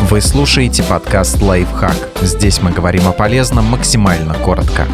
Вы слушаете подкаст «Лайфхак». Здесь мы говорим о полезном максимально коротко.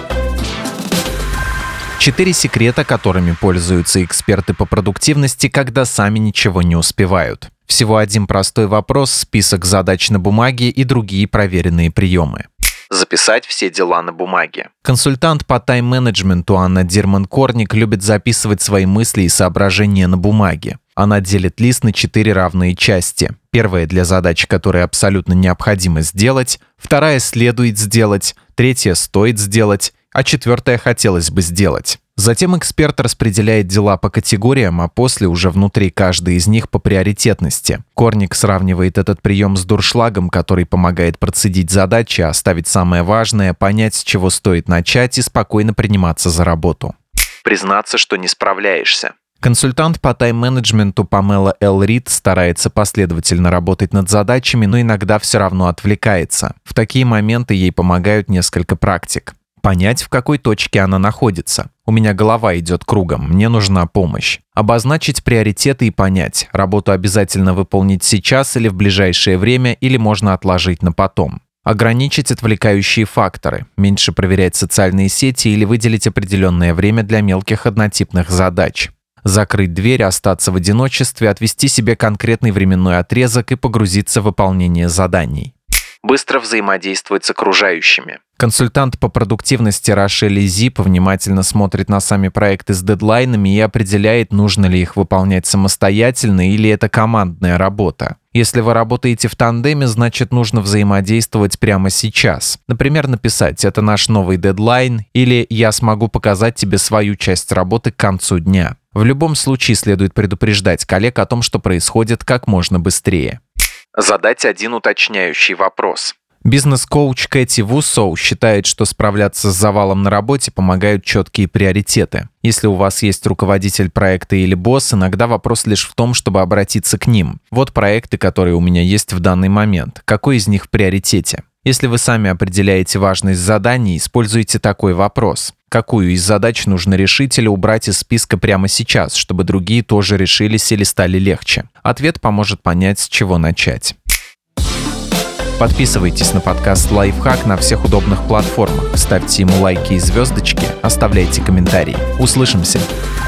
4 секрета, которыми пользуются эксперты по продуктивности, когда сами ничего не успевают. Всего один простой вопрос, список задач на бумаге и другие проверенные приемы. Записать все дела на бумаге. Консультант по тайм-менеджменту Анна Дирман-Корник любит записывать свои мысли и соображения на бумаге. Она делит лист на 4 равные части. Первая для задач, которые абсолютно необходимо сделать, вторая следует сделать, третья стоит сделать, а четвертая хотелось бы сделать. Затем эксперт распределяет дела по категориям, а после уже внутри каждой из них по приоритетности. Корник сравнивает этот прием с дуршлагом, который помогает процедить задачи, оставить самое важное, понять, с чего стоит начать и спокойно приниматься за работу. Признаться, что не справляешься. Консультант по тайм-менеджменту Памела Л. Рид старается последовательно работать над задачами, но иногда все равно отвлекается. В такие моменты ей помогают несколько практик. Понять, в какой точке она находится. У меня голова идет кругом, мне нужна помощь. Обозначить приоритеты и понять, работу обязательно выполнить сейчас или в ближайшее время, или можно отложить на потом. Ограничить отвлекающие факторы, меньше проверять социальные сети или выделить определенное время для мелких однотипных задач. Закрыть дверь, остаться в одиночестве, отвести себе конкретный временной отрезок и погрузиться в выполнение заданий. Быстро взаимодействовать с окружающими. Консультант по продуктивности Рошель Зип внимательно смотрит на сами проекты с дедлайнами и определяет, нужно ли их выполнять самостоятельно или это командная работа. Если вы работаете в тандеме, значит нужно взаимодействовать прямо сейчас. Например, написать «это наш новый дедлайн» или «я смогу показать тебе свою часть работы к концу дня». В любом случае следует предупреждать коллег о том, что происходит как можно быстрее. Задать один уточняющий вопрос. Бизнес-коуч Кэти Вусоу считает, что справляться с завалом на работе помогают четкие приоритеты. Если у вас есть руководитель проекта или босс, иногда вопрос лишь в том, чтобы обратиться к ним. Вот проекты, которые у меня есть в данный момент. Какой из них в приоритете? Если вы сами определяете важность заданий, используйте такой вопрос. Какую из задач нужно решить или убрать из списка прямо сейчас, чтобы другие тоже решились или стали легче? Ответ поможет понять, с чего начать. Подписывайтесь на подкаст «Лайфхак» на всех удобных платформах, ставьте ему лайки и звездочки, оставляйте комментарии. Услышимся!